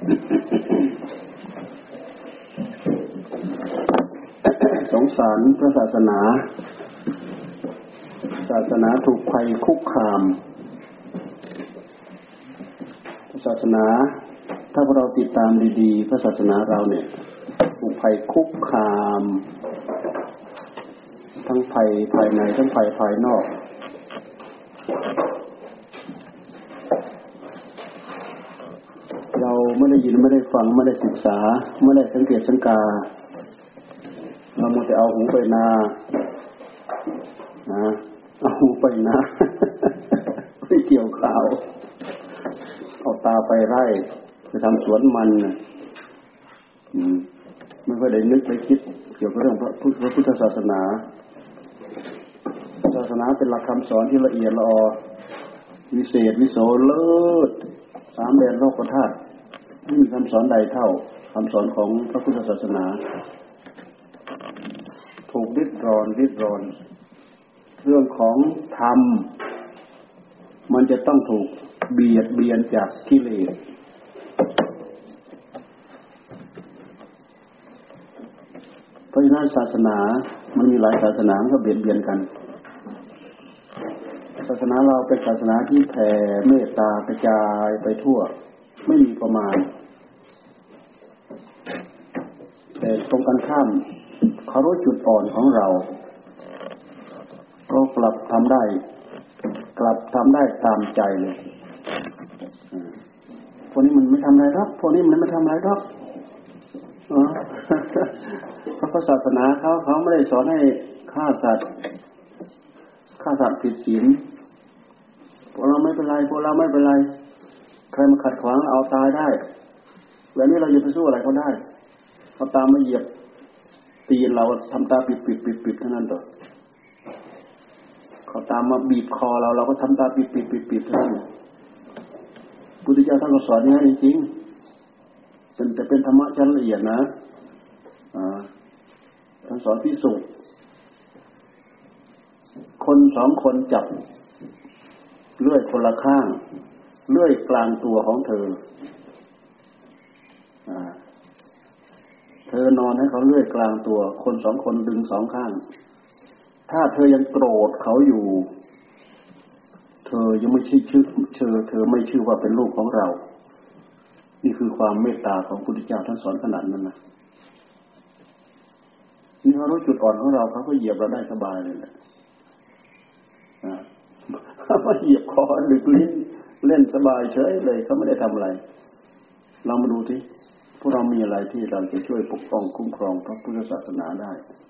สงสารพระศาสนาศาสนาถูกภัยคุกคามศาสนาถ้าเราติดตามดีๆพระศาสนาเราเนี่ยถูกภัยคุกคามทั้งภัยภายในทั้งภัยภายนอกเราไม่ได้ยินไม่ได้ฟังไม่ได้ศึกษาไม่ได้สังเกตสังกาเรามัวแต่เอาหูไปนาเอาหูไปนาไม่เกี่ยวข้าวเอาตาไปไร่ไปทำสวนมันไม่ค่อยได้นึกได้คิดเกี่ยวกับเรื่องพระพุทธศาสนาศาสนาเป็นหลักคำสอนที่ละเอียดละออวิเศษวิโสเลิศสามแดนโลกธาตุไม่มีคำสอนใดเท่าคำสอนของพระพุทธศาสนาถูกริดรอนเรื่องของธรรมมันจะต้องถูกเบียดเบียนจากกิเลสเพราะฉะนั้นศาสนามันมีหลายศาสนาก็เบียดเบียนกันศาสนาเราเป็นศาสนาที่แผ่เมตตากระจายไปทั่วไม่มีประมาณแต่ตรงกันข้ามเขารู้จุดอ่อนของเราก็กลับทำได้ตามใจเลยพวกนี้มันไม่ทำอะไรหรอกพวกนี้มันไม่ทำอะไรหรอกเพราะศาสนาเขาไม่ได้สอนให้ฆ่าสัตว์ผิดศีลพวกเราไม่เป็นไรใครมาขัดขวางเอาตายได้แบบนี้เราจะไปสู้อะไรเขาได้เขาตามมาเหยียบตีนเราทำตาปิดเท่านั้นต่อเขาตามมาบีบคอเราก็ทำตาปิดเท่านั้นพุทธเจ้าท่านก็สอนอย่างนั้นจริงๆแต่เป็นธรรมะชั้นละเอียดนะท่านสอนภิกษุคนสองคนจับเลื่อยคนละข้างเลื่อยกลางตัวของเธอนอนให้เขาเลื่อยกลางตัวคนสองคนดึงสองข้างถ้าเธอยังโกรธเขาอยู่เธอยังไม่เธอไม่ชื่อว่าเป็นลูกของเรานี่คือความเมตตาของพระพุทธเจ้าท่านสอนขนาดนั้นนะนี่เขารู้จุดอ่อนของเราเขาก็เหยียบเราได้สบายเลยแหละเขามาเหยียบคอดึกลิ้นเล่นสบายเฉยเลยเขาไม่ได้ทำอะไรเรามาดูทีพวกเรามีอะไรที่เราจะช่วยปกป้องคุ้มครองพระพุทธศาสนาได้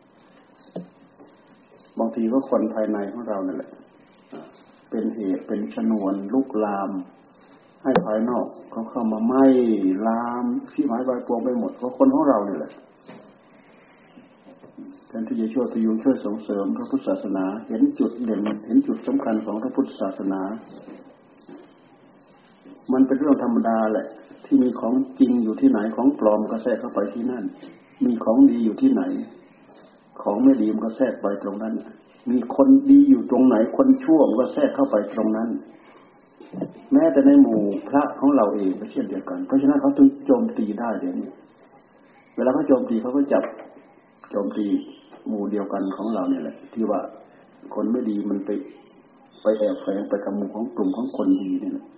บางทีก็คนภายในของเรานั่นแหละเป็นเหตุเป็นชนวนลุกลามให้ภายนอกเขาเข้ามาไหม้ลามที่หมายปลายปวงไปหมดเพราะคนของเรานี่แหละแทนที่จะช่วยพยุงช่วยส่งเสริมพระพุทธศาสนาเห็นจุดเด่นเห็นจุดสำคัญของพระพุทธศาสนามันเป็นเรื่องธรรมดาแหละที่มีของจริงอยู่ที่ไหนของปลอมก็แทรกเข้าไปที่นั่นมีของดีอยู่ที่ไหนของไม่ดีมันก็แทรกไปตรงนั้นมีคนดีอยู่ตรงไหนคนชั่วมันก็แทรกเข้าไปตรงนั้นแม้แต่ในหมู่พระของเราเองก็เช่นเดียวกันเพราะฉะนั้นเขาถึงโจมตีได้เดี๋ยวนี้เวลาเขาโจมตีเขาก็จับโจมตีหมู่เดียวกันของเราเนี่ยแหละที่ว่าคนไม่ดีมันไปแอบแฝงไปกับหมู่ของกลุ่มของคนดีนี่แหละ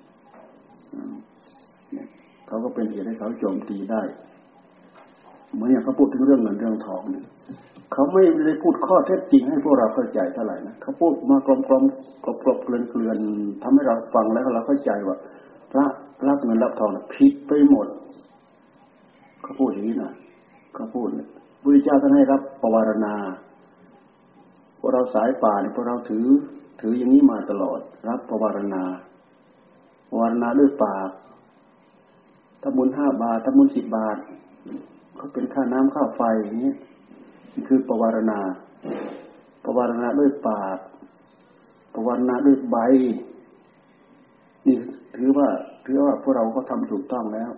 เขาก็เป็นเหตุให้เขาโจมตีได้เหมือนอย่างเขาพูดถึงเรื่องเงินเรื่องทองเนี่ยเขาไม่ได้พูดข้อเท็จจริงให้พวกเราเข้าใจเท่าไหร่นะเขาพูดมากลมกลบเกลื่อนทำให้เราฟังแล้วเราเข้าใจว่าพระรับเงินรับทองผิดไปหมดเขาพูดอย่างนี้นะเขาพูดเนี่ยพระพุทธเจ้าท่านให้รับปวารณาพวกเราสายป่าเนี่ยพวกเราถืออย่างนี้มาตลอดรับปวารณาด้วยปากทำบุญ5 บาททำบุญ10 บาทเขาเป็นค่าน้ำค่าไฟอย่างนี้นี่คือปวารณาด้วยปากปวารณาด้วยใบนี่ถือว่าพวกเราก็ทำถูกต้องแล้ว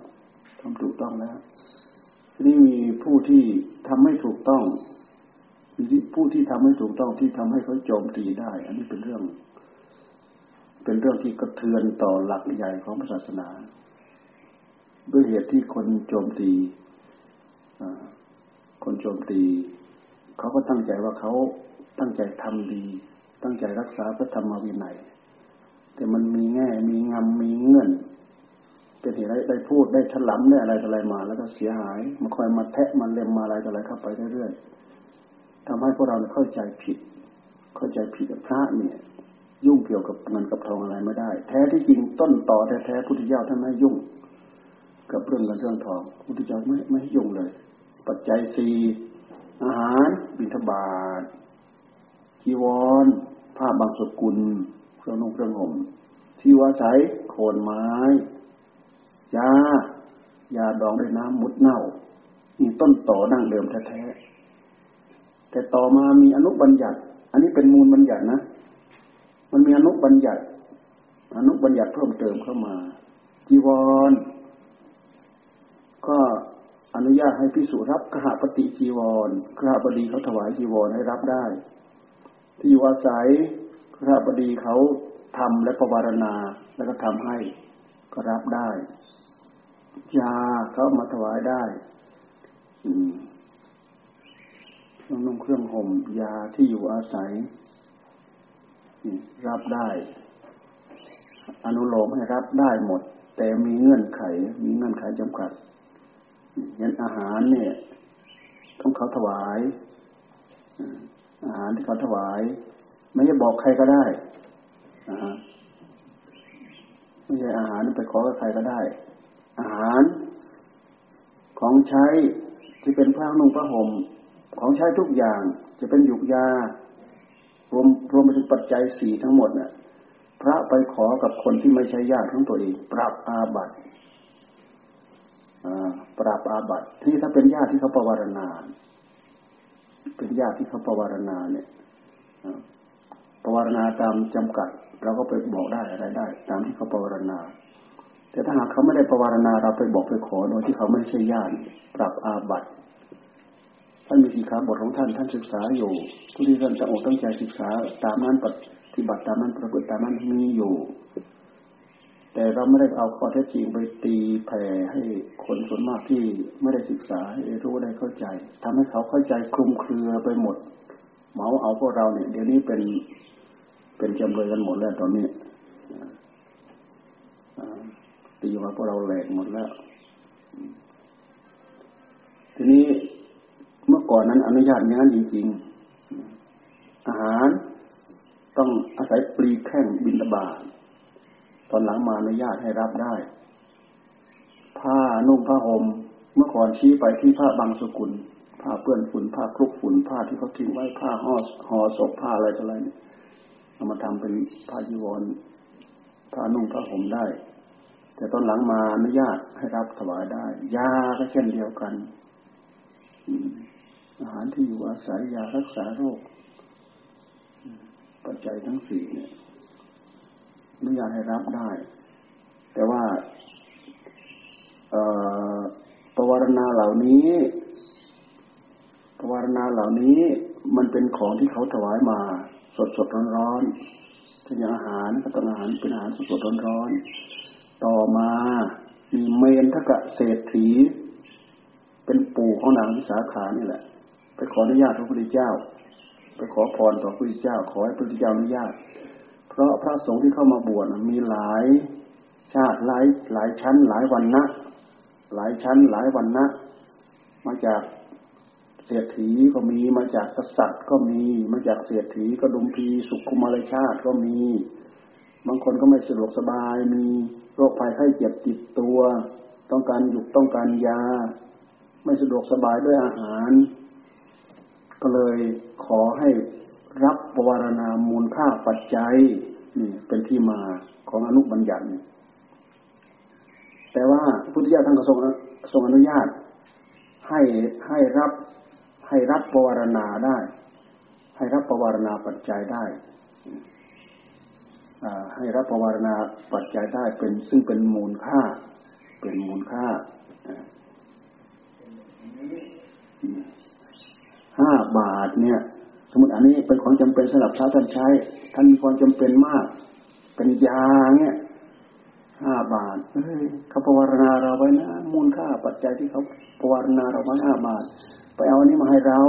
ทีนี้มีผู้ที่ทำไม่ถูกต้องมีผู้ที่ทำไม่ถูกต้องที่ทำให้เขาโจมตีได้อันนี้เป็นเรื่องที่กระเทือนต่อหลักใหญ่ของศาสนาด้วยเหตุที่คนโจมตีคนโจมตีเขาก็ตั้งใจว่าเขาตั้งใจทำดีตั้งใจรักษาพระธรรมวินัยแต่มันมีแง่มีงำมีเงื่อนเป็นเหตุได้พูดได้ถลำได้อะไรมาแล้วก็เสียหายมันคอยมาแทะมันเล็มมาอะไรเข้าไปเรื่อยๆทำให้พวกเราเข้าใจผิดพระเนี่ยยุ่งเกี่ยวกับเงินกับทองอะไรไม่ได้แท้ที่จริงต้นต่อแท้ๆพุทธเจ้าท่านไม่ยุ่งกับเรื่องเงินเรื่องทองพุทธเจ้าไม่ยุ่งเลยปัจจัยสี่อาหารบิณฑบาตจีวรผ้าบางสกุลเครื่องนุ่งเครื่องห่มที่อยู่อาศัยโคนไม้ยาดองด้วยน้ำมุดเน่านี่ต้นต่อดั้งเดิมแท้ๆแต่ต่อมามีอนุบัญญัติอันนี้เป็นมูลบัญญัตินะมันมีอนุบัญญัติเพิ่มเติมเข้ามาจีวรก็อนุญาตให้ภิกษุรับคหปฏิจีวรคหบดีเขาถวายจีวรให้รับได้ที่อยู่อาศัยคหบดีเขาทำและประวารณาแล้วก็ทำให้ก็รับได้ยาเขามาถวายได้เครื่องนุ่งเครื่องห่มยาที่อยู่อาศัยรับได้อนุโลมให้รับได้หมดแต่มีเงื่อนไขจำกัดอย่างอาหารเนี่ยต้องเขาถวายอาหารที่เขาถวายไม่ใช่บอกใครก็ได้ไม่ใช่อาหารไปขอกับใครก็ได้อาหารของใช้ที่เป็นผ้านุ่งผ้าห่มของใช้ทุกอย่างจะเป็นหยุกยารวมไปถึงปัจจัยสี่ทั้งหมดน่ะพระไปขอกับคนที่ไม่ใช่ญาติของตัวเองปรับอาบัติที่ถ้าเป็นญาติที่เขาประวารณาเนี่ยประวารณาตามจำกัดเราก็ไปบอกได้อะไรได้ตามที่เขาประวารณาแต่ถ้าหากเขาไม่ได้ประวารณาเราไปบอกไปขอโดยที่เขาไม่ใช่ญาติปรับอาบัติท่านมีสิกขาบทของท่านศึกษาอยู่ผู้ที่ท่านตั้งใจศึกษาตามนั้นปฏิบัติตามนั้นประพฤติตามนั้นมีอยู่แต่เราไม่ได้เอาข้อเท็จจริงไปตีแผ่ให้คนส่วนมากที่ไม่ได้ศึกษาให้รู้ได้เข้าใจทำให้เขาเข้าใจคลุมเครือไปหมดเหมาเอาพวกเราเนี่ยเดี๋ยวนี้เป็นจำเลยกันหมดแล้วตอนนี้ตีว่าพวกเราแหลกหมดแล้วทีนี้เมื่อก่อนนั้นอนุญาตอย่างนั้นจริงๆอาหารต้องอาศัยปลีแข้งบิณฑบาตตอนหลังมาอนุญาตให้รับได้ผ้านุ่งผ้าห่มเมื่อก่อนชี้ไปที่ผ้าบางสกุลผ้าเปื้อนฝุ่นผ้าคลุกฝุ่นผ้าที่เขาทิ้งไว้ผ้าห่อศพผ้าอะไรต่ออะไรเนี่ยเอามาทำเป็นผ้าจีวรผ้านุ่งผ้าห่มได้แต่ตอนหลังมาอนุญาตให้รับถวายได้ยาก็เช่นเดียวกันอาหารที่อยู่อาศัยยารักษาโรคปัจจัยทั้งสี่เนี่ยอนุญาตให้รับได้แต่ว่าประวารณาเหล่านี้มันเป็นของที่เขาถวายมาสดร้อนๆเช่นอาหารก็ต้องอาหารเป็นอาหารสดร้อนๆต่อมามีเมนทกะเศรษฐีเป็นปู่ของนางวิสาขานี่แหละไปขออนุญาตพระพุทธเจ้าไปขอพรต่อพระพุทธเจ้าขอให้พระพุทธเจ้าอนุญาตเพราะพระสงฆ์ที่เข้ามาบวชมีหลายชาติหลายชั้นหลายวรรณะมาจากเศรษฐีก็มีมาจากกษัตริย์ก็มีมาจากเศรษฐีก็ดุมพีสุขุมารชาติก็มีบางคนก็ไม่สะดวกสบายมีโรคภัยไข้เจ็บติดตัวต้องการหยุกต้องการยาไม่สะดวกสบายด้วยอาหารก็เลยขอให้รับประวารณามูลค่าปัจจัยนี่เป็นที่มาของอนุบัญญัติแต่ว่าพระพุทธเจ้าท่านก็ทรงอนุญาตให้รับประวารณาได้ให้รับประวารณาปัจจัยได้ให้รับประวารณาปัจจัยได้เป็นซึ่งเป็นมูลค่า5 บาทเนี่ยสมมติอันนี้เป็นของจำเป็นสำหรับพระท่านใช้ท่านมีความจำเป็นมากเป็นยาเนี่ย 5 บาทเฮ้ยเขาภาวนาเราไว้นะมูลค่าปัจจัยที่เขาภาวนาเราไว้5 บาทไปเอาอันนี้มาให้เรา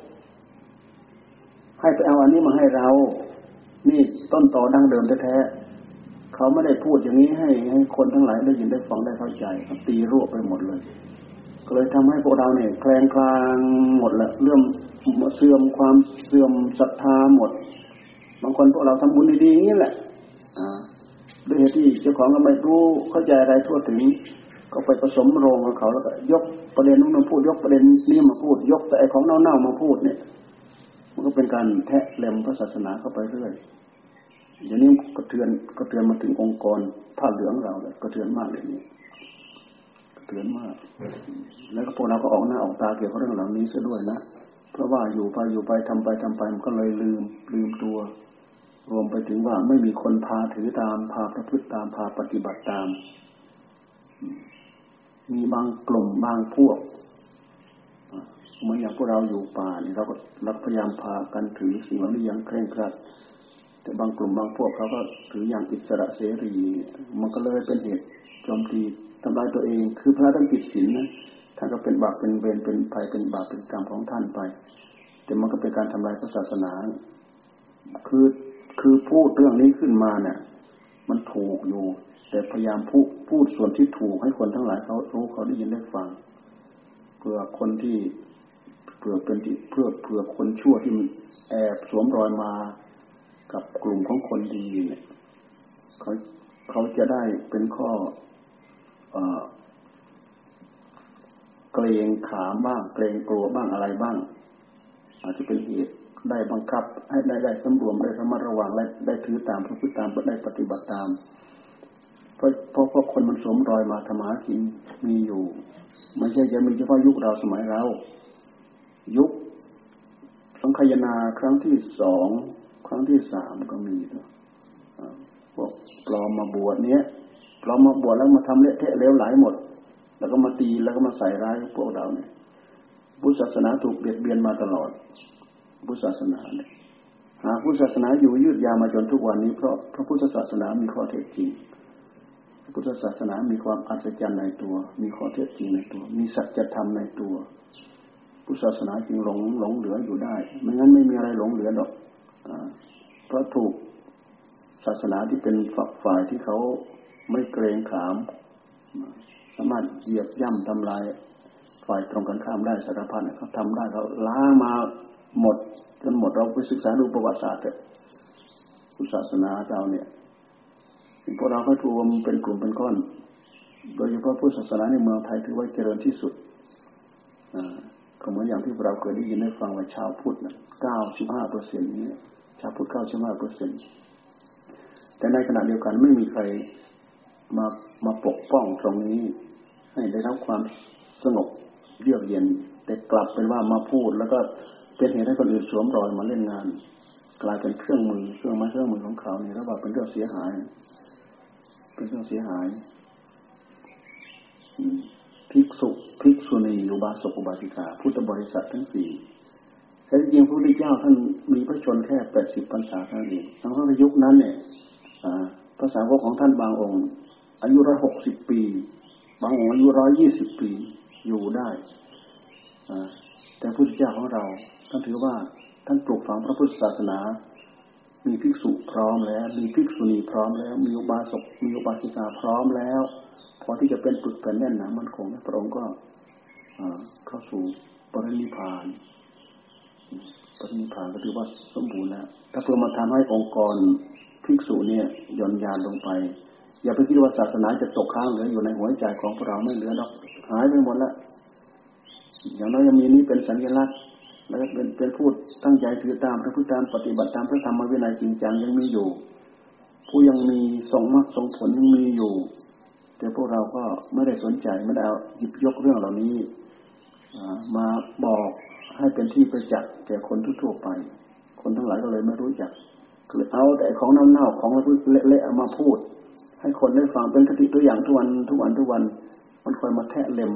ให้ไปเอาอันนี้มาให้เรานี่ต้นตอดั้งเดิมแท้ๆเขาไม่ได้พูดอย่างนี้ให้คนทั้งหลายได้ยินได้ฟังได้เข้าใจเขาตีรวบไปหมดเลยก็เลยทำให้พวกเราเนี่ยแคลงคลางหมดละเรื่องเสื่อมความเสื่อมศรัทธาหมดบางคนพวกเราทำบุญดีๆอย่างนี้แหละด้วยเหตุที่เจ้าของก็ไม่รู้เข้าใจอะไรทั่วถึงก็ไปผสมโรงกับเขาแล้วก็ยกประเด็นนู้นมาพูดยกประเด็นนี้มาพูดยกแต่ไอ้ของเน่าๆมาพูดเนี่ยมันก็เป็นการแทะเล็มพระศาสนาเข้าไปเรื่อยอย่างนี้กระเทือนมาถึงองค์กรผ้าเหลืองเราเลยกระเทือนมากเลยนี่กระเทือนมากแล้วก็พวกเราก็ออกหน้าออกตาเกี่ยวกับเรื่องเหล่านี้ซะด้วยนะเพราะว่าอยู่ไปทำไปมันก็เลยลืมตัวรวมไปถึงว่าไม่มีคนพาถือตามพาประพฤติตามพาปฏิบัติตามมีบางกลุ่มบางพวกเหมือนอย่างพวกเราอยู่ป่านี่เราพยายามพากันถือสิ่งเหล่านี้อย่างเคร่งครัดแต่บางกลุ่มบางพวกเขาก็ถืออย่างอิสระเสรีมันก็เลยเป็นเหตุโจมตีทำลายตัวเองคือพระท่านผิดศีลนะท่านก็เป็นบาปเป็นเวรเป็นภัยเป็นบาปเป็นกรรมของท่านไปแต่มันก็เป็นการทำลายพระศาสนาคือพูดเรื่องนี้ขึ้นมาเนี่ยมันถูกอยู่แต่พยายามพูดส่วนที่ถูกให้คนทั้งหลายเขารู้เขาได้ยินได้ฟังเพื่อคนที่เพื่อคนชั่วที่มันแอบสวมรอยมากับกลุ่มของคนดีเนี่ยเขาจะได้เป็นข้อเกรงขามบ้างเกรงกลัวบ้างอะไรบ้างอาจจะเป็นเหตุได้บังคับให้ได้สำรวมได้ระมัดระวังและได้ถือตามพระพุทธตามได้ปฏิบัติตามเพราะคนมันสวมรอยมาทำหากินมีอยู่ไม่ใช่จะมีเฉพาะยุคเราสมัยเรายุคสังคายนาครั้งที่2ครั้งที่3ก็มีพวกปลอมมาบวชเนี้ยปลอมมาบวชแล้วมาทำเละเทะเลวไหลหมดแล้วก็มาตีแล้วก็มาใส่ร้ายพวกเราเนี่ยพุทธศาสนาถูกเบียดเบียนมาตลอดพุทธศาสนาเนี่ยหากพุทธศาสนาอยู่ยืดยาวมาจนทุกวันนี้เพราะพระพุทธศาสนามีข้อเท็จจริงพุทธศาสนามีความอัศจรรย์ในตัวมีข้อเท็จจริงในตัวมีสัจธรรมในตัวพุทธศาสนาจึงหลงเหลืออยู่ได้ไม่งั้นไม่มีอะไรหลงเหลือหรอกเพราะถูกศาสนาที่เป็นฝักฝ่ายที่เขาไม่เกรงขามสามารถเหยียบย่ำทำลายฝ่ายตรงกันข้ามได้สารพัดเขาทำได้เขาล้างมาหมดจนหมดเราไปศึกษาดูประวัติศาสตร์พุทธศาสนาเราเนี่ยพวกเราก็รวมเป็นกลุ่มเป็นก้อนโดยเฉพาะพุทธศาสนาในเมืองไทยถือว่าเจริญที่สุดก็เหมือนอย่างที่เราเคยได้ยินได้ฟังว่าชาวพุทธนะ 95% นี้ชาวพุทธ 95% แต่ในขณะเดียวกันไม่มีใครมาปกป้องตรงนี้ให้ได้รับความสงบเยือกเย็นแต่กลับเป็นว่ามาพูดแล้วก็เป็นเหตุให้คนอื่นสวมรอยมาเล่นงานกลายเป็นเครื่องมือของเขาเนี่ยแล้วว่าเป็นเรื่องเสียหายเป็นเรื่องเสียหายภิกษุณีอุบาสกอุบาสิกาพุทธบริษัททั้ง4แต่จริงๆพระพุทธเจ้าท่านมีพระชนม์แค่80 พรรษาเท่านั้นเองทั้งในยุคนั้นเนี่ยพระสาวกของท่านบางองค์อายุ160 ปีบางองค์อายุ120 ปีอยู่ได้แต่พระพุทธเจ้าของเราท่านถือว่าท่านปลูกฝังพระพุทธศาสนามีภิกษุพร้อมแล้วมีภิกษุณีพร้อมแล้วมีอุบาสกมีอุบาสิกาพร้อมแล้วพอที่จะเป็นปึกเป็นแน่นหนามั่นคงพระองค์ก็เข้าสู่ปรินิพพานก็ถือว่าสมบูรณ์แล้วถ้าเพื่อมาทำให้องค์กรภิกษุเนี่ยย่อนยานลงไปอย่าไปคิดว่าศาสนาจะตกค้างเหลืออยู่ในหัวใจของพวกเราไม่เหลือหรอกหายไปหมดแล้วอย่างน้อยยังมีนี้เป็นสัญลักษณ์แล้วเป็นพูดตั้งใจถือตามพระพุทธธรรมปฏิบัติตามพระธรรมวินัยจริงจังยังมีอยู่ผู้ยังมีส่งมรรคส่งผลยังมีอยู่แต่พวกเราก็ไม่ได้สนใจไม่ได้เอาหยิบยกเรื่องเหล่านี้มาบอกให้เป็นที่ประจักษ์แก่คนทั่วไปคนทั้งหลายก็เลยไม่รู้จักคือเอาแต่ของเน่าๆของเละๆมาพูดให้คนได้ฟังเป็นคติตัวอย่างทุกวันมันคอยมาแทะเล็ม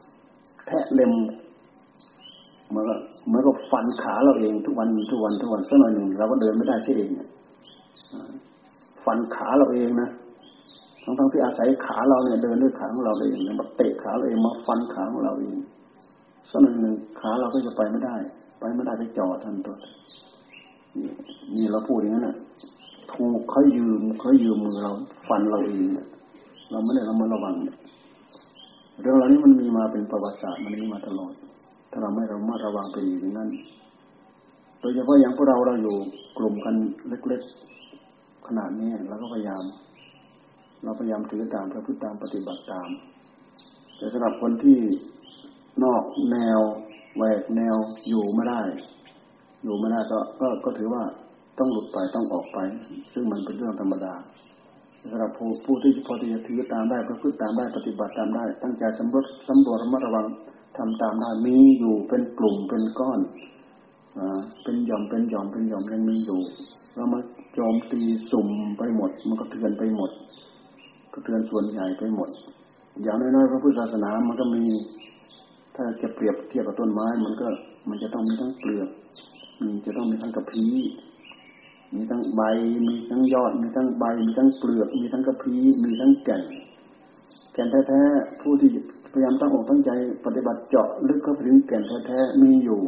เหมือนกับฟันขาเราเองทุกวันสักหน่อยหนึ่งเราก็เดินไม่ได้เสียเองฟันขาเราเองนะทั้งที่อาศัยขาเราเนี่ยเดินด้วยขาของเราเองมาเตะขาเราเองมาฟันขาของเราเองสักหนึ่งขาเราก็จะไปไม่ได้ไปจ่อทันตัวนี่เราพูดอย่างนั้นน่ะถูกเขายืมมือเราฟันเราเองเราไม่ได้ระวังเรื่องเหล่านี้มันมีมาเป็นประวัติศาสตร์มันมีมาตลอดถ้าเราไม่ระมัดระวังไปอย่างนั้นโดยเฉพาะอย่างพวกเราอยู่กลุ่มกันเล็กๆขนาดนี้เราก็พยายามถือตามประพฤติตามปฏิบัติตามแต่สำหรับคนที่นอกแนวแหวกแนวอยู่ไม่ได้ก็ถือว่าต้องหลุดไปต้องออกไปซึ่งมันเป็นเรื่องธรรมดาสำหรับผู้ที่พอที่จะถือตามได้ประพฤติตามได้ปฏิบัติตามได้ตั้งใจสำรวจระมัดระวังทำตามได้มีอยู่เป็นกลุ่มเป็นก้อนเป็นหย่อมยังมีอยู่เรามาโจมตีสุ่มไปหมดมันก็เทือนไปหมดก็เทือนส่วนใหญ่ไปหมดอย่างน้อยๆพระพุทธศาสนามันก็มีถ้าจะเปรียบเทียบกับต้นไม้มันจะต้องมีทั้งเปลือกจะต้องมีทั้งกระพี้มีทั้งใบมีทั้งยอดมีทั้งใบมีทั้งเปลือกมีทั้งกระพี้มีทั้งแก่นแท้ๆผู้ที่พยายามตั้งอกตั้งใจปฏิบัติเจาะลึกเข้าไปถึงแก่นแท้ๆมีอยู่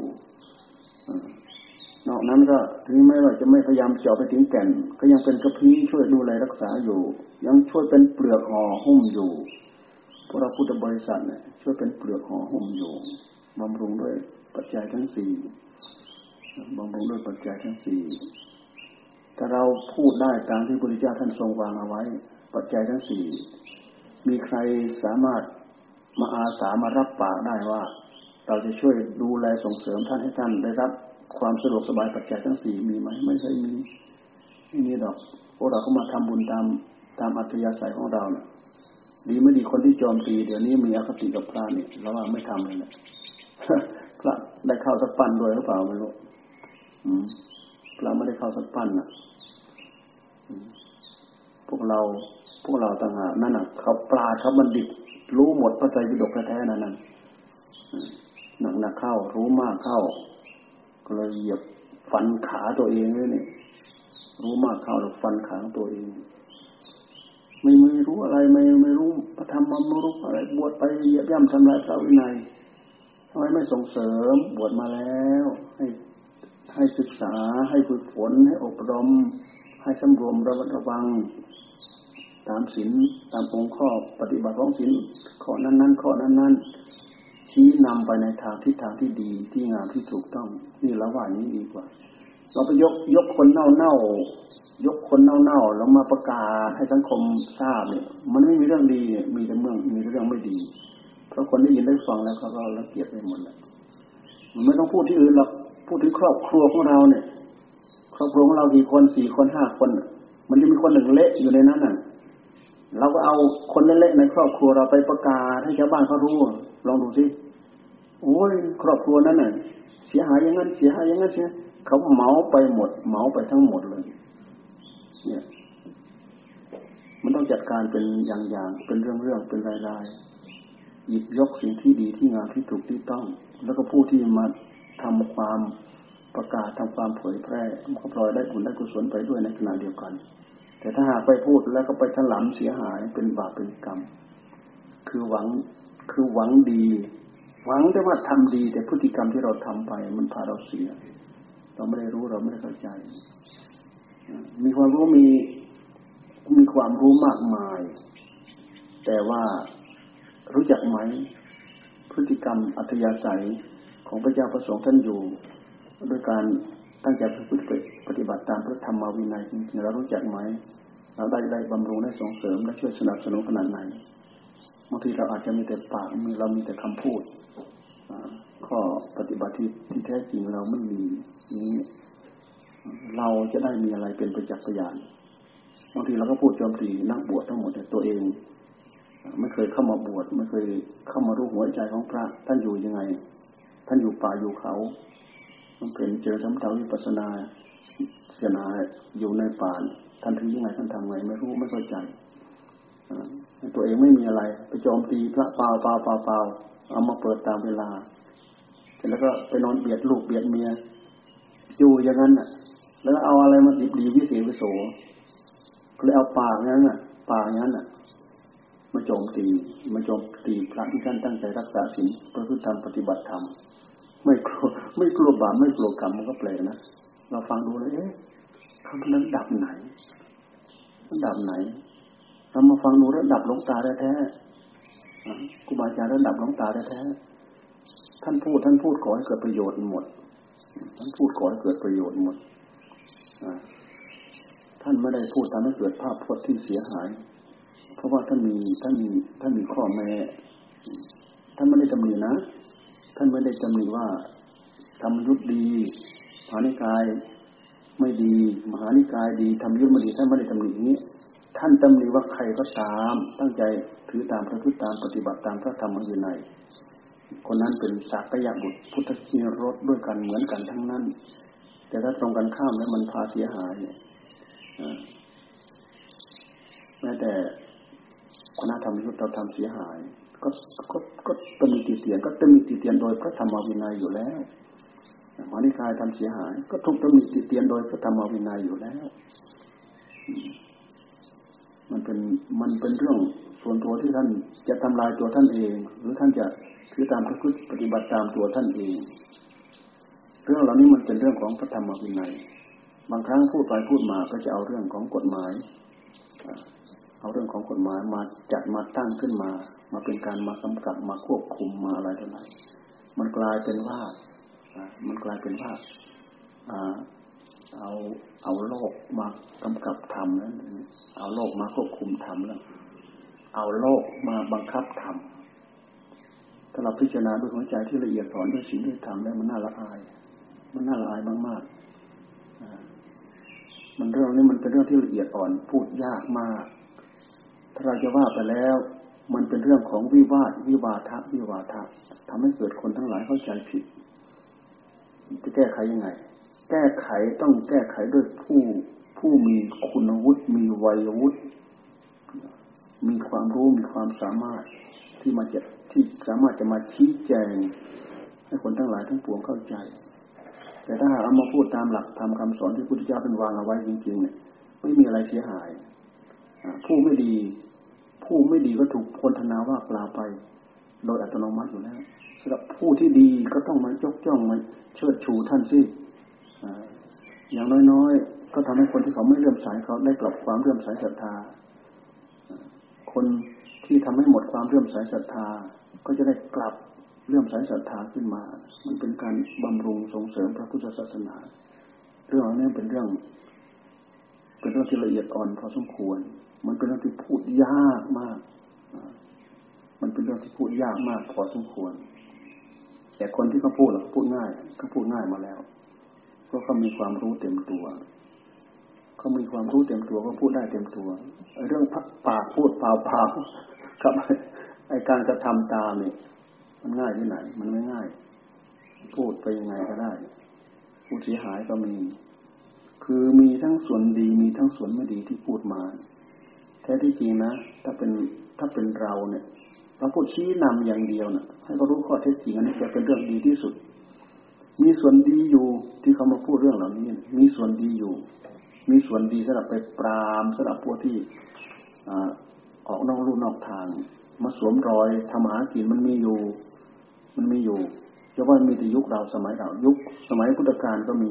นอกนั้นก็ถึงแม้ว่าจะไม่พยายามเจาะไปถึงแก่นก็ยังเป็นกระพี้ช่วยดูแลรักษาอยู่ยังช่วยเป็นเปลือกห่อหุ้มอยู่พวกเราพุทธบริษัทเนี่ยช่วยเป็นเปลือกห่อหุ้มอยู่บำรุงด้วยปัจจัยทั้งสี่ถ้าเราพูดได้ตามที่พระพุทธเจ้าท่านทรงวางเอาไว้ปัจจัยทั้งสี่มีใครสามารถมาอาสามารับปากได้ว่าเราจะช่วยดูแลส่งเสริมท่านให้ท่านได้รับความสะดวกสบายปัจจัยทั้งสี่มีไหมไม่เคยมีไม่มีดอกพวกเราก็มาทำบุญตามอัธยาศัยของเราเนี่ยดีไม่ดีคนที่โจมตีเดี๋ยวนี้มีอคติกับพระนี่แล้วว่าไม่ทำเลยนะพระได้เข้าสักปั้นด้วยหรือเปล่าไม่รู้พระไม่ได้เข้าสักปั้นน่ะพวกเราต่างหากนั่นน่ะเขาปราชญ์เขาบัณฑิตรู้หมดพระไตรปิฎกแท้ๆนั่นหนักเข้ารู้มากเข้าก็เลยเหยียบฟันขาตัวเองเลยนี่รู้มากเข้าแล้วฟันขาตัวเองไม่รู้อะไรไม่รู้พระธรรมไม่รู้อะไรบวชไปเหยียบย่ำทำลายพระวินัยทำไมไม่ส่งเสริมบวชมาแล้วให้ศึกษาให้ฝึกฝนให้อบรมให้สำรวมระวังตามศีลตามองค์ข้อปฏิบัติของศีลข้อนั้นชี้นำไปในทิศทางที่ดีที่งามที่ถูกต้องนี่เราว่านี้ดีกว่าเราไปยกคนเน่ายกคนเน่าแล้วมาประกาศให้สังคมทราบเนี่ยมันไม่มีเรื่องดีมีแต่มีเรื่องไม่ดีเพราะคนได้ยินได้ฟังแล้วเขาก็ละเกียดไปหมดแล้วมันไม่ต้องพูดที่อื่นหรอกพูดถึงครอบครัวของเราเนี่ยครอบครัวของเรากี่คน4 คน 5 คนมันจะมีคนหนึ่งเละอยู่ในนั้นน่ะเราก็เอาคนเละๆในครอบครัวเราไปประกาศให้ชาวบ้านเขารู้ลองดูสิโอ้ยครอบครัวนั้นน่ะเสียหายอย่างนั้นเสียเขาเหมาไปหมดเหมาไปทั้งหมดเลยเนี่ยมันต้องจัดการเป็นอย่างเป็นเรื่องเป็นรายหยิบยกสิ่งที่ดีที่งามที่ถูกที่ต้องแล้วก็ผู้ที่มาทำความประกาศทำความเผยแพร่ก็พลอยได้บุญได้กุศลไปด้วยในขณะเดียวกันแต่ถ้าหากไปพูดแล้วก็ไปถลำเสียหายเป็นบาปเป็นกรรมคือหวังดีหวังแต่ว่าทำดีแต่พฤติกรรมที่เราทำไปมันพาเราเสียเราไม่ได้รู้เราไม่ได้เข้าใจมีความรู้มีความรู้มากมายแต่ว่ารู้จักไหมพฤติกรรมอัธยาศัยของพระเจ้าประสงค์ท่านอยู่ด้วยการตั้งใจปฏิบัติตามพระธรรมวินัยจริงๆเรารู้จักไหมเราได้บำรุงได้ส่งเสริมและช่วยสนับสนุนขนาดไหนบางทีเราอาจจะมีแต่ปากเรามีแต่คำพูดข้อปฏิบัติที่แท้จริงเราไม่มีนี้เราจะได้มีอะไรเป็นประจักษ์พยานบางทีเราก็พูดโจมตีนักบวชทั้งหมดแต่ตัวเองไม่เคยเข้ามาบวชไม่เคยเข้ามารู้หัวใจของพระท่านอยู่ยังไงท่านอยู่ป่าอยู่เขามันเป็นเจอสมถะวิปัสสนาเสนาอยู่ในป่าท่านถือยังไงท่านทำไงไม่รู้ไม่เข้าใจตัวเองไม่มีอะไรไปโจมตีพระเปล่าเอามาเปิดตามเวลาแล้วก็ไปนอนเบียดลูกเบียดเมียอยู่อย่างนั้นน่ะแล้วเอาอะไรมาดิบดีวิเศษวิโสก็เลยเอาป่าอย่างนั้นน่ะมตีพระที่ท่านตั้งใจรักษาศีลประพฤติธรรมปฏิบัติธรรมไม่กลัวบาปไม่กลัวกรรมมันก็แปลกนะเราฟังดูเลยเขาเป็นระดับไหนเรามาฟังดูระดับหลวงตาแท้ๆครูบาอาจารย์ระดับหลวงตาแท้ๆท่านพูดขอให้เกิดประโยชน์หมดท่านพูดขอให้เกิดประโยชน์หมดท่านไม่ได้พูดทำให้เกิดภาพพจน์ที่เสียหายเพราะว่าท่านมีข้อแม้ท่านไม่ได้ตำหนินะท่านไม่ได้ตำหนิว่าธรรมยุทธดีมหานิกายไม่ดีมหานิกายดีธรรมยุทธไม่ดีท่านไม่ได้ตำหนิอย่างนี้ท่านตำหนิว่าใครก็ตามตั้งใจถือตามประพฤติตามปฏิบัติตามพระธรรมวินัยคนนั้นเป็นสักยบุตรพุทธชินรสด้วยกันเหมือนกันทั้งนั้นแต่ถ้าตรงกันข้ามแล้วมันพาเสียหายแม้แต่คณะธรรมยุทธเราทำเสียหายก็ตำหนิติเตียนก็ตำหนิติเตียนโดยพระธรรมวินัยอยู่แล้วมหานิกายทำเสียหายก็ถูกตำหนิติเตียนโดยพระธรรมวินัยอยู่แล้วมันเป็นเรื่องส่วนตัวที่ท่านจะทำลายตัวท่านเองหรือท่านจะถือตามประพฤติปฏิบัติตามตัวท่านเองเรื่องเหล่านี้มันเป็นเรื่องของพระธรรมวินัยบางครั้งพูดไปพูดมาก็จะเอาเรื่องของกฎหมายมาจัดมาตั้งขึ้นมาเป็นการมากำกับมาควบคุมมาอะไรต่ออะไรมันกลายเป็นว่าเอาโลกมากำกับธรรมนั้นเอาโลกมาควบคุมธรรมแล้วเอาโลกมาบังคับธรรมถ้าเราพิจารณาด้วยหัวใจที่ละเอียดอ่อนด้วยศีลด้วยธรรมแล้วมันน่าละอายมากๆมันเรื่องนี้มันเป็นเรื่องที่ละเอียดอ่อนพูดยากมากถ้าเราจะว่าไปแล้วมันเป็นเรื่องของวิวาทะทำให้เกิดคนทั้งหลายเข้าใจผิดจะแก้ไขยังไงต้องแก้ไขด้วยผู้มีคุณวุฒิมีวัยวุฒิมีความรู้มีความสามารถที่สามารถจะมาชี้แจงให้คนทั้งหลายทั้งปวงเข้าใจแต่ถ้าเอามาพูดตามหลักธรรมคำสอนที่พุทธเจ้าท่านวางเอาไว้จริงๆเนี่ยไม่มีอะไรเสียหายผู้ไม่ดีก็ถูกพลธนาว่ากล่าวไปโดยอัตโนมัติอยู่แล้วสำหรับผู้ที่ดีก็ต้องมายกย่องมาเชิดชูท่านสิอย่างน้อยๆก็ทำให้คนที่เขาไม่เลื่อมใสเขาได้กลับความเลื่อมใสศรัทธาคนที่ทำให้หมดความเลื่อมใสศรัทธาก็จะได้กลับเลื่อมใสศรัทธาขึ้นมามันเป็นการบำรุงส่งเสริมพระพุทธศาสนาเรื่องนี้เป็นเรื่องที่ละเอียดอ่อนพอสมควรมันเป็นเรื่องที่พูดยากมากพอสมควรแต่คนที่เขาพูดพูดง่ายมาแล้วเพราะเขามีความรู้เต็มตัวก็พูดได้เต็มตัวเรื่องปากพูดเปล่าๆกับไอ้การกระทำตามนี่มันง่ายที่ไหนมันไม่ง่ายพูดไปยังไงก็ได้ผู้เสียหายก็มีคือมีทั้งส่วนดีมีทั้งส่วนไม่ดีที่พูดมาแท้ที่จริงนะถ้าเป็นเราเนี่ยเราพูดชี้นำอย่างเดียวน่ะให้เขารู้ข้อเท็จจริงอันนี้จะเป็นเรื่องดีที่สุดมีส่วนดีอยู่ที่เขามาพูดเรื่องเหล่านี้มีส่วนดีอยู่มีส่วนดีสำหรับไปปรามสำหรับพวกที่ออกนอกลู่นอกทางมาสวมรอยทำหากินมันมีอยู่จะว่ามีแต่ยุคเราสมัยเรายุคสมัยพุทธกาลก็มี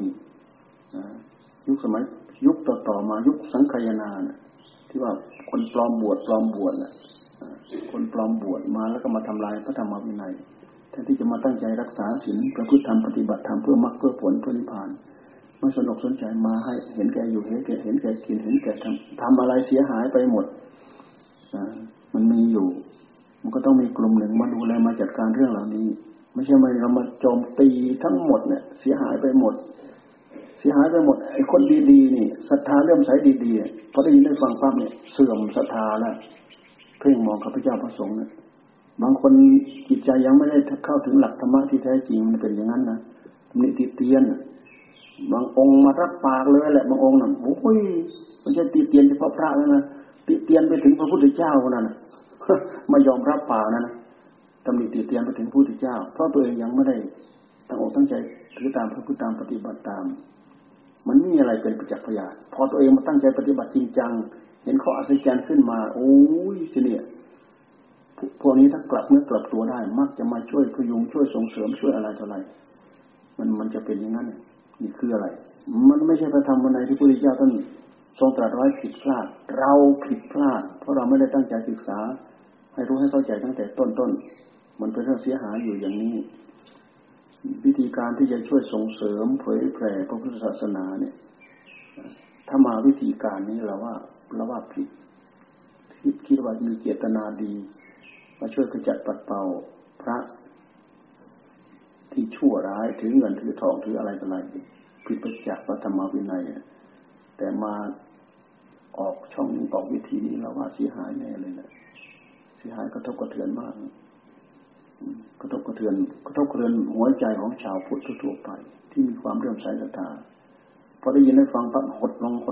ยุคต่อมายุคสังคายนาเนี่ยที่ว่าคนปลอมบวชน่ะคนปลอมบวชมาแล้วก็มาทำลายพระธรรมวินัยแทนที่จะมาตั้งใจรักษาศีลประพฤติธรรมปฏิบัติธรรมเพื่อมรรคเพื่อผลเพื่อนิพพานไม่สนใจมาให้เห็นแก่อยู่เห็นแก่กินเห็นแก่ทำอะไรเสียหายไปหมดมันมีอยู่มันก็ต้องมีกลุ่มหนึ่งมาดูแลมาจัดการเรื่องเหล่านี้ไม่ใช่เรามาโจมตีทั้งหมดเนี่ยเสียหายไปหมดไอ้คนดีๆนี่ศรัทธาเริ่มใสดีๆพอได้ยินได้ฟังปั๊บเนี่ยเสื่อมศรัทธาแล้วเพ่งมองข้าพเจ้าพระสงฆ์เนี่ยบางคนจิตใจยังไม่ได้เข้าถึงหลักธรรมะที่แท้จริงมันเป็นอย่างนั้นนะมีติเตียนบางองค์มารับปากเลยแหละบางองค์น่ะโอ้ยมันจะติเตียนเฉพาะพระแล้วนะติเตียนไปถึงพระพุทธเจ้านั่นน่ะไม่ยอมรับปากนะตำหนิติเตียนไปถึงพระพุทธเจ้าเพราะตัวเองยังไม่ได้ตั้งอกตั้งใจถือตามพระพุทธตามปฏิบัติตามมันไม่มีอะไรเป็นประจักษ์พยานพอตัวเองมาตั้งใจปฏิบัติจริงจังเห็นข้ออัศจรรย์ขึ้นมาโอ้ยทีนี้พวกนี้ถ้ากลับเนื้อกลับตัวได้มักจะมาช่วยพยุงช่วยส่งเสริมช่วยอะไรต่ออะไรมันจะเป็นอย่างนั้นนี่คืออะไรมันไม่ใช่พระธรรมวินัยที่พระพุทธเจ้าท่านทรงตรัสไว้ผิดพลาดเราผิดพลาดเพราะเราไม่ได้ตั้งใจศึกษาให้รู้ให้เข้าใจตั้งแต่ต้นมันเป็นเรื่องเสียหายอยู่อย่างนี้วิธีการที่จะช่วยส่งเสริมเผยแผ่พระพุทธศาสนาเนี่ยถ้ามาวิธีการนี้เราว่าผิดคิดว่ามีเจตนาดีมาช่วยขจัดปัดเป่าพระที่ชั่วร้ายถือเงินถือทองถืออะไรต่ออะไรผิดไปจากพระธรรมวินัยแต่มาออกช่องนี้ออกวิธีนี้เราว่าเสียหายแน่เลยนะเสียหายกระทบกระเทือนมากกระทบกระเทือนหัวใจของชาวพุทธทั่วไปที่มีความเลื่อมใสศรัทธาพอได้ยินได้ฟังปั๊บหดลง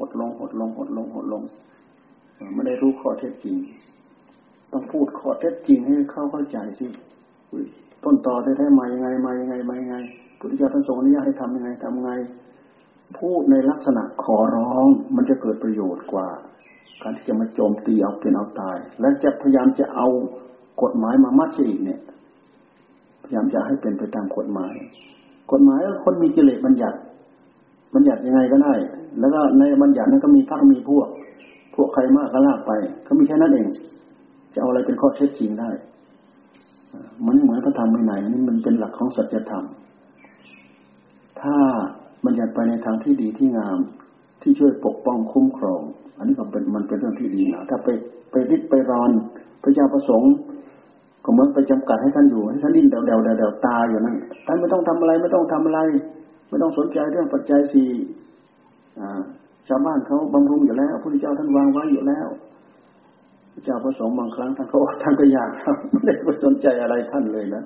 ไม่ได้รู้ข้อเท็จจริงต้องพูดข้อเท็จจริงให้เข้าใจสิต้นตอแท้ๆมายังไงพุทธเจ้าท่านทรงอนุญาตให้ทำยังไงพูดในลักษณะขอร้องมันจะเกิดประโยชน์กว่าการที่จะมาโจมตีเอาเป็นเอาตายและจะพยายามจะเอากฎหมายมามัดอีกเนี่ยพยายามจะให้เป็นไปตามกฎหมายคนมีกิเลสบัญญัติยังไงก็ได้แล้วก็ในบัญญัตินั้นก็มีพรรคมีพวกใครมากก็ลากไปก็มีแค่นั้นเองจะเอาอะไรเป็นข้อเท็จจริงได้มันเหมือนพระธรรมวินัยนี่มันเป็นหลักของสัจธรรมถ้าบัญญัติไปในทางที่ดีที่งามที่ช่วยปกป้องคุ้มครองอันนี้มันเป็นเรื่องที่ดีนะถ้าไปริดไปรอนพระเจ้าประสงค์ก็เหมือนไปจำกัดให้ท่านอยู่ให้ท่านดิ้นเดาตาอยู่นั่นท่านไม่ต้องทำอะไรไม่ต้องสนใจเรื่องปัจจัยสี่ชาวบ้านเขาบำรุงอยู่แล้วพระพุทธเจ้าท่านวางไว้อยู่แล้วพระเจ้าประสงค์บางครั้งท่านก็อยากไม่ได้ไปสนใจอะไรท่านเลยนะ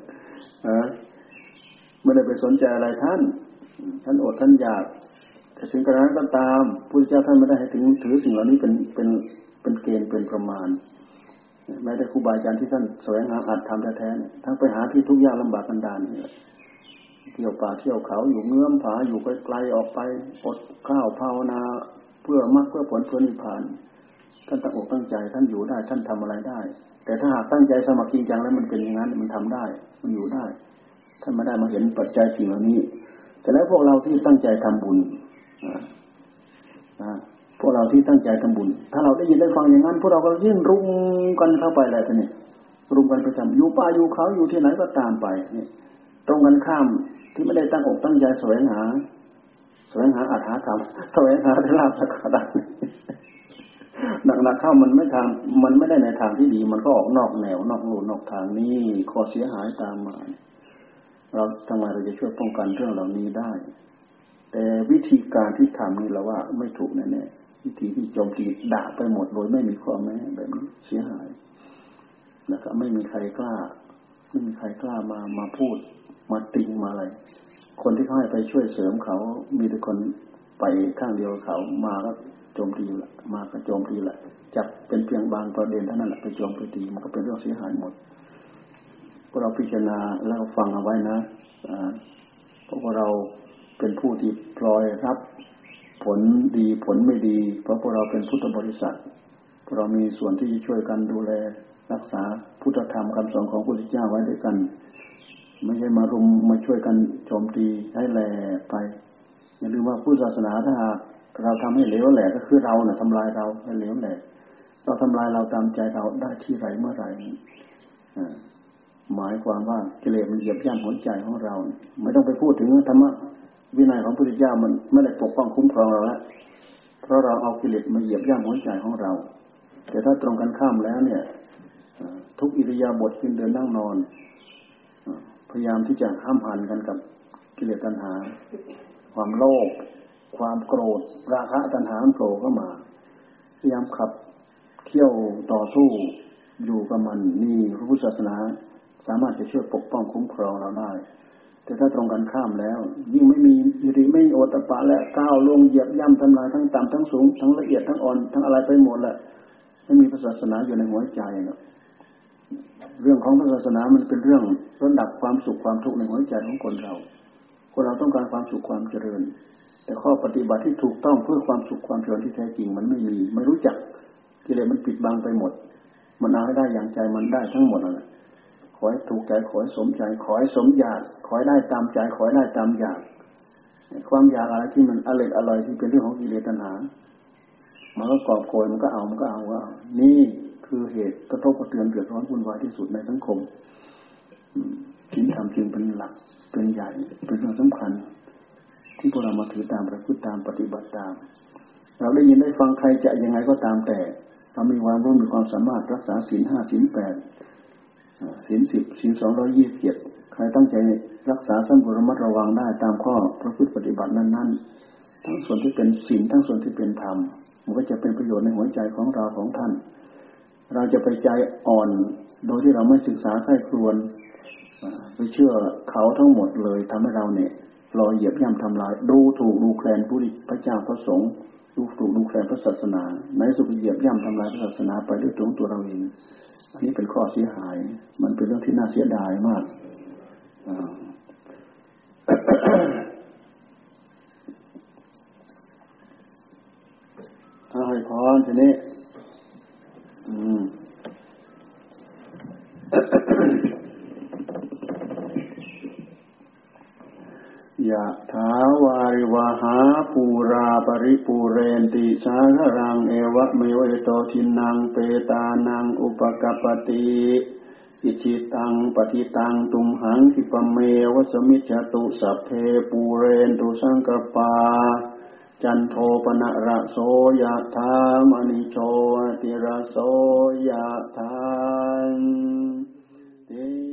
ไม่ได้ไปสนใจอะไรท่านอดท่านอยากแต่ถึงกระนั้นก็ตามพระพุทธเจ้าท่านไม่ได้ให้ถือสิ่งเหล่านี้เป็นเกณฑ์เป็นประมาณแม้แต่ครูบาอาจารย์ที่ท่านแสวงหาอัตธรรมแท้ๆเนี่ยทั้งไปหาที่ทุกข์ยากลำบากกันดารนี่เที่ยวป่าเที่ยวเขาอยู่เงื้อมผาอยู่ไกลๆออกไปอดข้าวภาวนาเพื่อมรรคเพื่อผลเพื่อนิพพานท่านตั้งอกตั้งใจท่านอยู่ได้ท่านทำอะไรได้แต่ถ้าหากตั้งใจสมัครจริงจังแล้วมันเป็นอย่างนั้นมันทำได้มันอยู่ได้ท่านไม่ได้มาเห็นปัจจัยสิ่งเหล่านี้แต่แล้วพวกเราที่ตั้งใจทำบุญพวกเราที่ตั้งใจทำบุญถ้าเราได้ยินได้ฟังอย่างนั้นพวกเราก็ยิ่งรุมกันเข้าไปเลยทีนี้รุมกันประจำอยู่ป่าอยู่เขาอยู่ที่ไหนก็ตามไปนี่ตรงกันข้ามที่ไม่ได้ตั้งอกตั้งใจแสวงหาอัตถธรรมแสวงหาลาภสักการะหนักเข้ามันไม่ได้ในทางที่ดีมันก็ออกนอกแนวนอกลู่นอกทางนี้ข้อเสียหายตามมาเราทำไมเราจะช่วยป้องกันเรื่องเหล่านี้ได้แต่วิธีการที่ทำนี่เราว่าไม่ถูกแน่ๆวิธีที่โจมตีด่าไปหมดโดยไม่มีข้อแม้แบบนี้เสียหายนะครับไม่มีใครกล้ามาพูดมาติงมาอะไรคนที่เขาให้ไปช่วยเสริมเขามีแต่คนไปข้างเดียวเขามาก็โจมตีละมาก็โจมตีละจับเป็นเพียงบางประเด็นเท่านั้นแหละไปโจมตีมันก็เป็นเรื่องเสียหายหมดพวกเราพิจารณาแล้วฟังเอาไว้นะเพราะว่าเราเป็นผู้ที่พลอยรับผลดีผลไม่ดีเพราะพวกเราเป็นพุทธบริษัทพวกเรามีส่วนที่จะช่วยกันดูแลรักษาพุทธธรรมคำสอนของพระพุทธเจ้าไว้ด้วยกันไม่ใช่มารุมมาช่วยกันโจมตีให้แหลกไปอย่าลืมว่าพุทธศาสนาถ้าเราทำให้เหลวแหลกก็คือเราเนี่ยทำลายเราให้เหลวแหลกเราทำลายเราตามใจเราได้ที่ไรเมื่อไหร่หมายความว่ากิเลสมันเหยียบย่ำหัวใจของเราไม่ต้องไปพูดถึงธรรมะวินัยของพระพุทธเจ้ามันไม่ได้ปกป้องคุ้มครองเราแล้วเพราะเราเอากิเลสมาเหยียบย่ำหัวใจของเราแต่ถ้าตรงกันข้ามแล้วเนี่ยทุกอิริยาบถยืนเดินนั่งนอนพยายามที่จะห้ามหันกันกับกิเลสตัณหาความโลภความโกรธราคะตัณหาโผล่เข้ามาพยายามขับเคี่ยวต่อสู้อยู่กับมันนี่พระพุทธศาสนาสามารถจะช่วยปกป้องคุ้มครองเราได้แต่ถ้าตรงกันข้ามแล้วยิ่งไม่มีอิริไม่โอตปะและก้าวลงเหยียบย่ำทำลายทั้งต่ำทั้งสูงทั้งละเอียดทั้งอ่อนทั้งอะไรไปหมดแหละไม่มีศาสนาอยู่ในหัวใจเนาะเรื่องของศาสนามันเป็นเรื่องระดับความสุขความทุกข์ในหัวใจของคนเราต้องการความสุขความเจริญแต่ข้อปฏิบัติที่ถูกต้องเพื่อความสุขความเจริญที่แท้จริงมันไม่รู้จักกิเลสมันปิดบังไปหมดมันเอาให้ได้อย่างใจมันได้ทั้งหมดนั่นแหละขอให้ถูกใจขอให้สมใจขอให้สมอยากขอให้ได้ตามใจขอให้ได้ตามอยากความอยากอะไรที่มันอร่อยที่เป็นเรื่องของกิเลสตัณหามันก็กอบโกยมันก็เอาว่านี่คือเหตุกระทบกระเทือนเดือดร้อนวุ่นวายที่สุดในสังคมศีลธรรมจึงเป็นหลักเป็นใหญ่เป็นเรื่องสำคัญที่พวกเรามาถือตามประพฤติตามปฏิบัติตามเราได้ยินได้ฟังใครจะยังไงก็ตามแต่เรามีความรู้มีความสามารถรักษาศีล 5 ศีล 8 ศีล 10 ศีล 227ใครตั้งใจรักษาสัมบูรณ์ระมัดระวังได้ตามข้อประพฤติปฏิบัตินั้นๆทั้งส่วนที่เป็นศีลทั้งส่วนที่เป็นธรรมมันก็จะเป็นประโยชน์ในหัวใจของเราของท่านเราจะไปใจอ่อนโดยที่เราไม่ศึกษาใคร่ครวญไปเชื่อเขาทั้งหมดเลยทำให้เราเนี่ยลอยเหยียบย่ำทำลายดูถูกดูแคลนพระเจ้าพระสงฆ์ดูถูกดูแคลนพระศาสนาในสุดเหยียบย่ำทำลายพระศาสนาไปด้วยตัวเราเองอันนี้เป็นข้อเสียหายมันเป็นเรื่องที่น่าเสียดายมากให้พรทีนี้ยะถาวาริวหาปูราปริปูเรนติสาครังเอวะเมวะโตทินังเปตานังอุปกัปปติอิจิตังปฏิตังตุมหังคิปะเมวะสมิจฉตุสัพเพปูเรนตุสังกปาจันโทปนะระโสยะถามณิโชติระโสยะถาติ